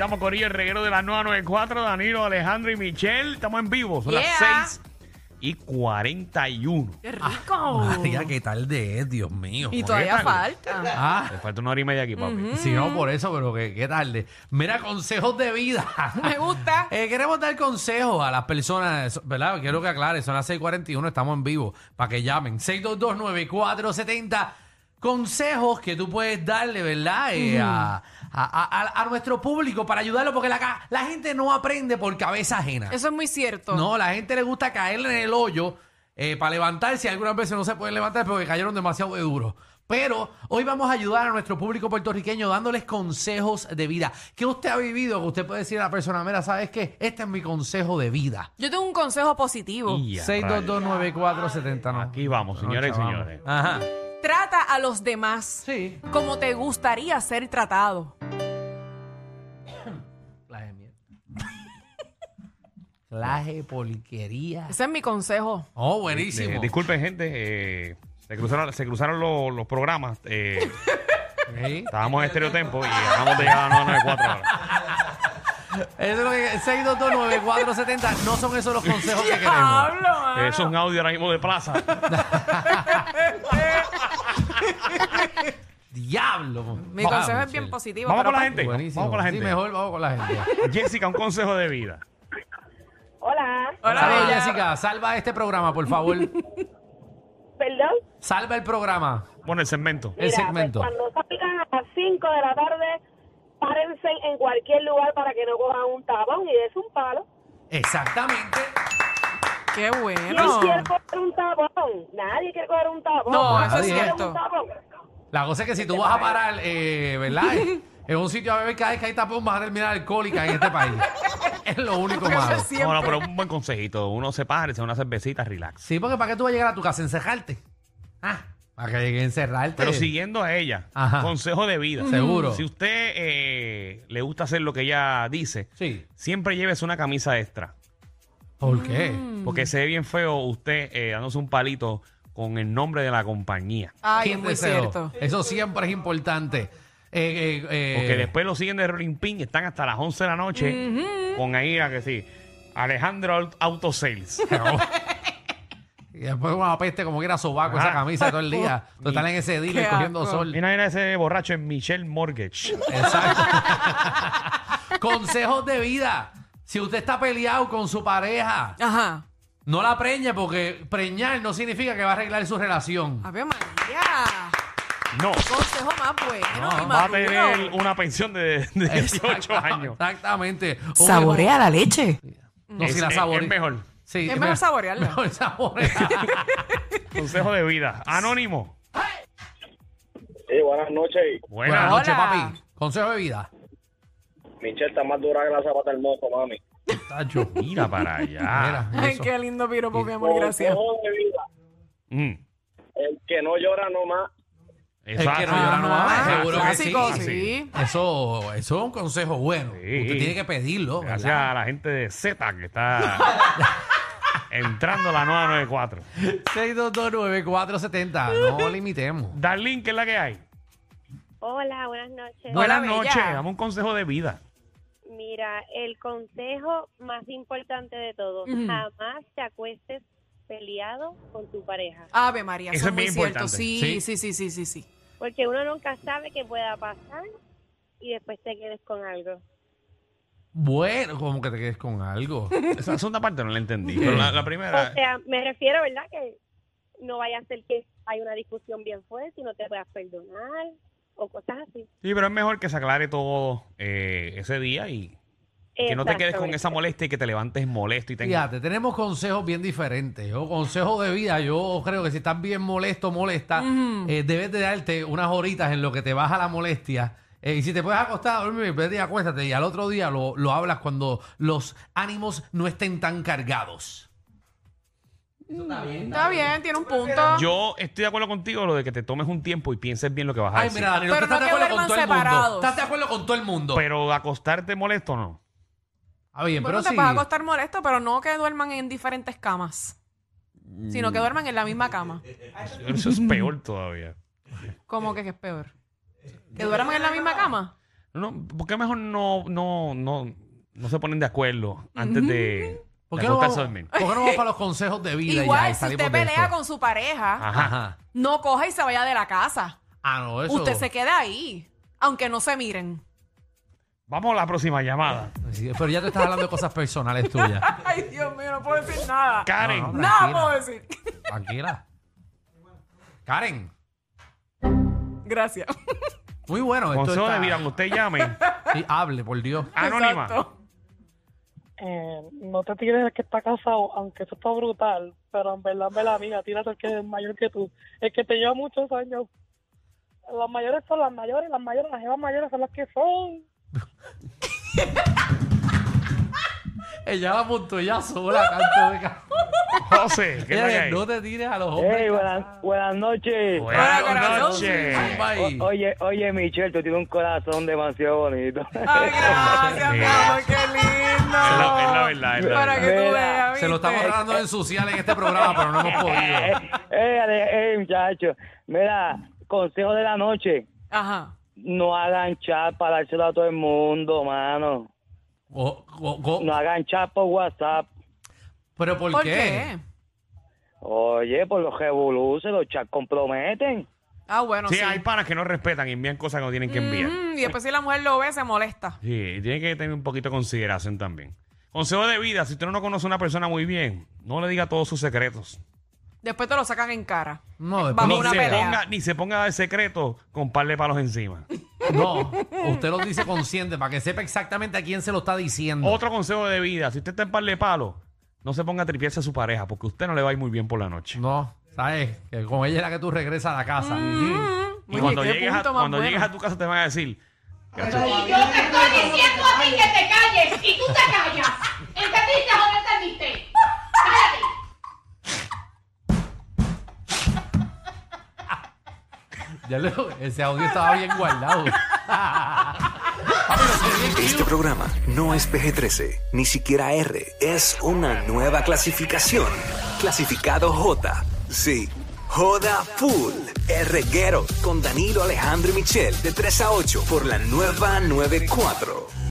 estamos, Corillo, el reguero de la 994, Danilo, Alejandro y Michelle. Estamos en vivo, son las 6:41. ¡Qué rico! María, qué tarde es, Dios mío. Y ¿Cómo todavía que tarde? falta. Ah, Le falta una hora y media aquí, papi. si no, por eso, pero qué tarde. Mira, consejos de vida. Me gusta. Queremos dar consejos a las personas, ¿verdad? Quiero que aclare, son las 6:41, estamos en vivo, para que llamen. 622-9470. Consejos que tú puedes darle, ¿verdad? A nuestro público para ayudarlo, porque la gente no aprende por cabeza ajena. Eso es muy cierto. No, la gente le gusta caerle en el hoyo para levantarse. Algunas veces no se pueden levantar porque cayeron demasiado de duro. Pero hoy vamos a ayudar a nuestro público puertorriqueño dándoles consejos de vida. ¿Qué usted ha vivido? Que usted puede decir a la persona, mira, ¿sabes qué? Este es mi consejo de vida. Yo tengo un consejo positivo. Y a 6229470. ¿no? Aquí vamos, señores y señores. Ajá. Trata a los demás Sí. como te gustaría ser tratado. Claje mierda. Claje porquería. Ese es mi consejo. Oh, buenísimo. Disculpen, gente, se cruzaron los programas. Sí. Estábamos en Estereotempo y acabamos de llegar a la 994 ahora. Eso es lo que 6229470. No son esos los consejos que queremos. Diablo, mano. Eso es un audio ahora mismo de plaza. Diablo. Mi Vamos, consejo es Michelle. bien positivo. Vamos pero con la pa- gente. Buenísimo. Vamos con la gente. Sí, mejor vamos con la gente. Jessica, un consejo de vida. Hola, Hola, Salva, bella. Jessica, salva este programa, por favor. perdón. Salva el programa, Bueno, el segmento. el Mira, segmento. pues, cuando salgan a las 5 de la tarde, párense en cualquier lugar para que no cojan un tapón y des un palo. Exactamente. Qué ¿Quién bueno. quiere coger un tapón? Nadie quiere coger un tapón. No, eso es ¿Quién quiere cierto. un tapón? La cosa es que si tú vas a parar, ¿verdad? En un sitio a beber cada vez que hay tapón vas a terminar alcohólica en este país. Es lo único Eso malo. es siempre. No, no, pero un buen consejito. Uno se para, se da una cervecita, relax. Sí, porque ¿para qué tú vas a llegar a tu casa a encerrarte? Para que llegue a encerrarte. Pero siguiendo a ella, Ajá. consejo de vida. Seguro. Si usted le gusta hacer lo que ella dice, Sí. siempre llévese una camisa extra. ¿Por qué? Porque se ve bien feo usted dándose un palito con el nombre de la compañía. Ay, es ¿Quién muy deseo? cierto. Eso siempre es importante. Porque después lo siguen de Rolling Pin y están hasta las 11 de la noche con ahí a que sí. Alejandro Auto Sales. Y después una peste como que era sobaco esa Ajá. camisa todo el día. Total en ese dealer Qué cogiendo asco. sol. Mira ese borracho en Michelle Mortgage. Exacto. Consejos de vida. Si usted está peleado con su pareja, Ajá. no la preñe porque preñar no significa que va a arreglar su relación. Ave María. No. Consejo más bueno. No, y Va a maduro. tener una pensión de 18 años. Exactamente. Un Saborea la leche. No, si la saborea. Es mejor. Sí, Es mejor saborearla. Mejor saborear. Consejo de vida. Anónimo. Sí, buenas noches. Buenas Buenas. noches, Hola. papi. Consejo de vida. Michelle está más dura que la zapata del mozo, mami. Tacho. Mira para allá. Mira, Ay, eso. qué lindo piropo, mi amor. Gracias. Consejo de vida. Mm. El que no llora no más. El que no llora no Ajá, mama, seguro que clásico, sí. sí. Eso es un consejo bueno. Sí. Usted tiene que pedirlo. Gracias ¿verdad? a la gente de Z que está entrando a la 994. 6229470. No limitemos. Darlene, ¿qué es la que hay? Hola, buenas noches. Buenas bella. noches. Dame un consejo de vida. Mira, el consejo más importante de todo, Ujú. jamás te acuestes peleado con tu pareja. Ave María, Eso eso es es muy bien cierto. importante. Sí, Sí. sí. Porque uno nunca sabe qué pueda pasar y después te quedes con algo. Bueno, como que te quedes con algo. Esa segunda parte no la entendí. ¿Qué? Pero la O primera. sea, me refiero, ¿verdad? Que no vaya a ser que hay una discusión bien fuerte y no te puedas perdonar o cosas así. Sí, pero es mejor que se aclare todo ese día y que no te quedes con Exactamente. esa molestia y que te levantes molesto y tengas. Fíjate, tenemos consejos bien diferentes. Yo, consejo de vida, yo creo que si estás bien molesto, molesta, debes de darte unas horitas en lo que te baja la molestia. Y si te puedes acostar a dormir, vete y acuéstate. Y al otro día lo hablas cuando los ánimos no estén tan cargados. Está bien, tiene un punto. Yo estoy de acuerdo contigo lo de que te tomes un tiempo y pienses bien lo que vas a Ay, decir. mira, Danilo, Pero tú estás no de que acuerdo con todo duerman el mundo. separados. Estás de acuerdo con todo el mundo. Pero acostarte molesto no. Ah, bien, Bueno, pero te sí. vas a acostar molesto, pero no que duerman en diferentes camas, sino que duerman en la misma cama. Eso es peor todavía. ¿Cómo que es peor? ¿Que duerman en la misma cama? No, ¿por qué mejor no se ponen de acuerdo antes de ¿Por qué no acostarse a vamos, dormir? ¿por qué no vamos para los consejos de vida? y ya, Igual, y si salimos usted de pelea esto? con su pareja, Ajá. no coja y se vaya de la casa. Ah, no, eso. Usted se queda ahí, aunque no se miren. Vamos a la próxima llamada. Sí, pero ya te estás hablando de cosas personales tuyas. Ay, Dios mío, no puedo decir nada. Karen. No, Nada tranquila. puedo decir. Tranquila. Karen, Gracias. muy bueno. Esto Consejo de está- vida, cuando usted llame, Sí, hable, por Dios. anónima. Exacto. No te tires el que está casado, aunque eso está brutal, pero en verdad, amiga, tírate el que es mayor que tú, el que te lleva muchos años. Las mayores son las mayores, las jevas mayores son las que son. Ella la montó ella sola, canto de José, ¿qué es lo que hay? No te tires a los hombres. Hey, buenas noches. Buenas Hola, noches. Bye. Oye, Michelle, tú tienes un corazón demasiado bonito. Ay, gracias, mi amor, qué lindo. Es la verdad, es la Para que verdad. tú veas, Se lo estamos ¿viste? tratando de ensuciar en este programa, pero no hemos podido. Muchacho. Mira, consejo de la noche. Ajá. No hagan chat para dárselo a todo el mundo, mano. No hagan chat por WhatsApp. ¿Pero por ¿Por qué? qué? Oye, por los revoluces, los chats comprometen. Ah, bueno, Sí, sí. hay panas que no respetan y envían cosas que no tienen que enviar. Y después si la mujer lo ve, se molesta. Sí, y tiene que tener un poquito de consideración también. Consejo de vida, si usted no conoce a una persona muy bien, no le diga todos sus secretos. Después te lo sacan en cara. No, después Bajo lo una dice. pelea. Ni se ponga a dar secretos con par de palos encima. No, usted lo dice consciente para que sepa exactamente a quién se lo está diciendo. Otro consejo de vida, si usted está en par de palos, no se ponga a tripearse a su pareja porque usted no le va a ir muy bien por la noche. No, ¿sabes? Que con ella es la que tú regresas a la casa. Y cuando, qué llegues, punto más cuando bueno. llegues a tu casa te van a decir, Y yo te estoy diciendo a ti que te calles y tú te callas. ¿Entendiste o no entendiste? ¡Cállate! Ese audio estaba bien guardado. Este programa no es PG-13, ni siquiera R. Es una nueva clasificación. Clasificado J. Sí. Joda Full. El reguero con Danilo, Alejandro y Michel de 3 a 8 por la nueva 94.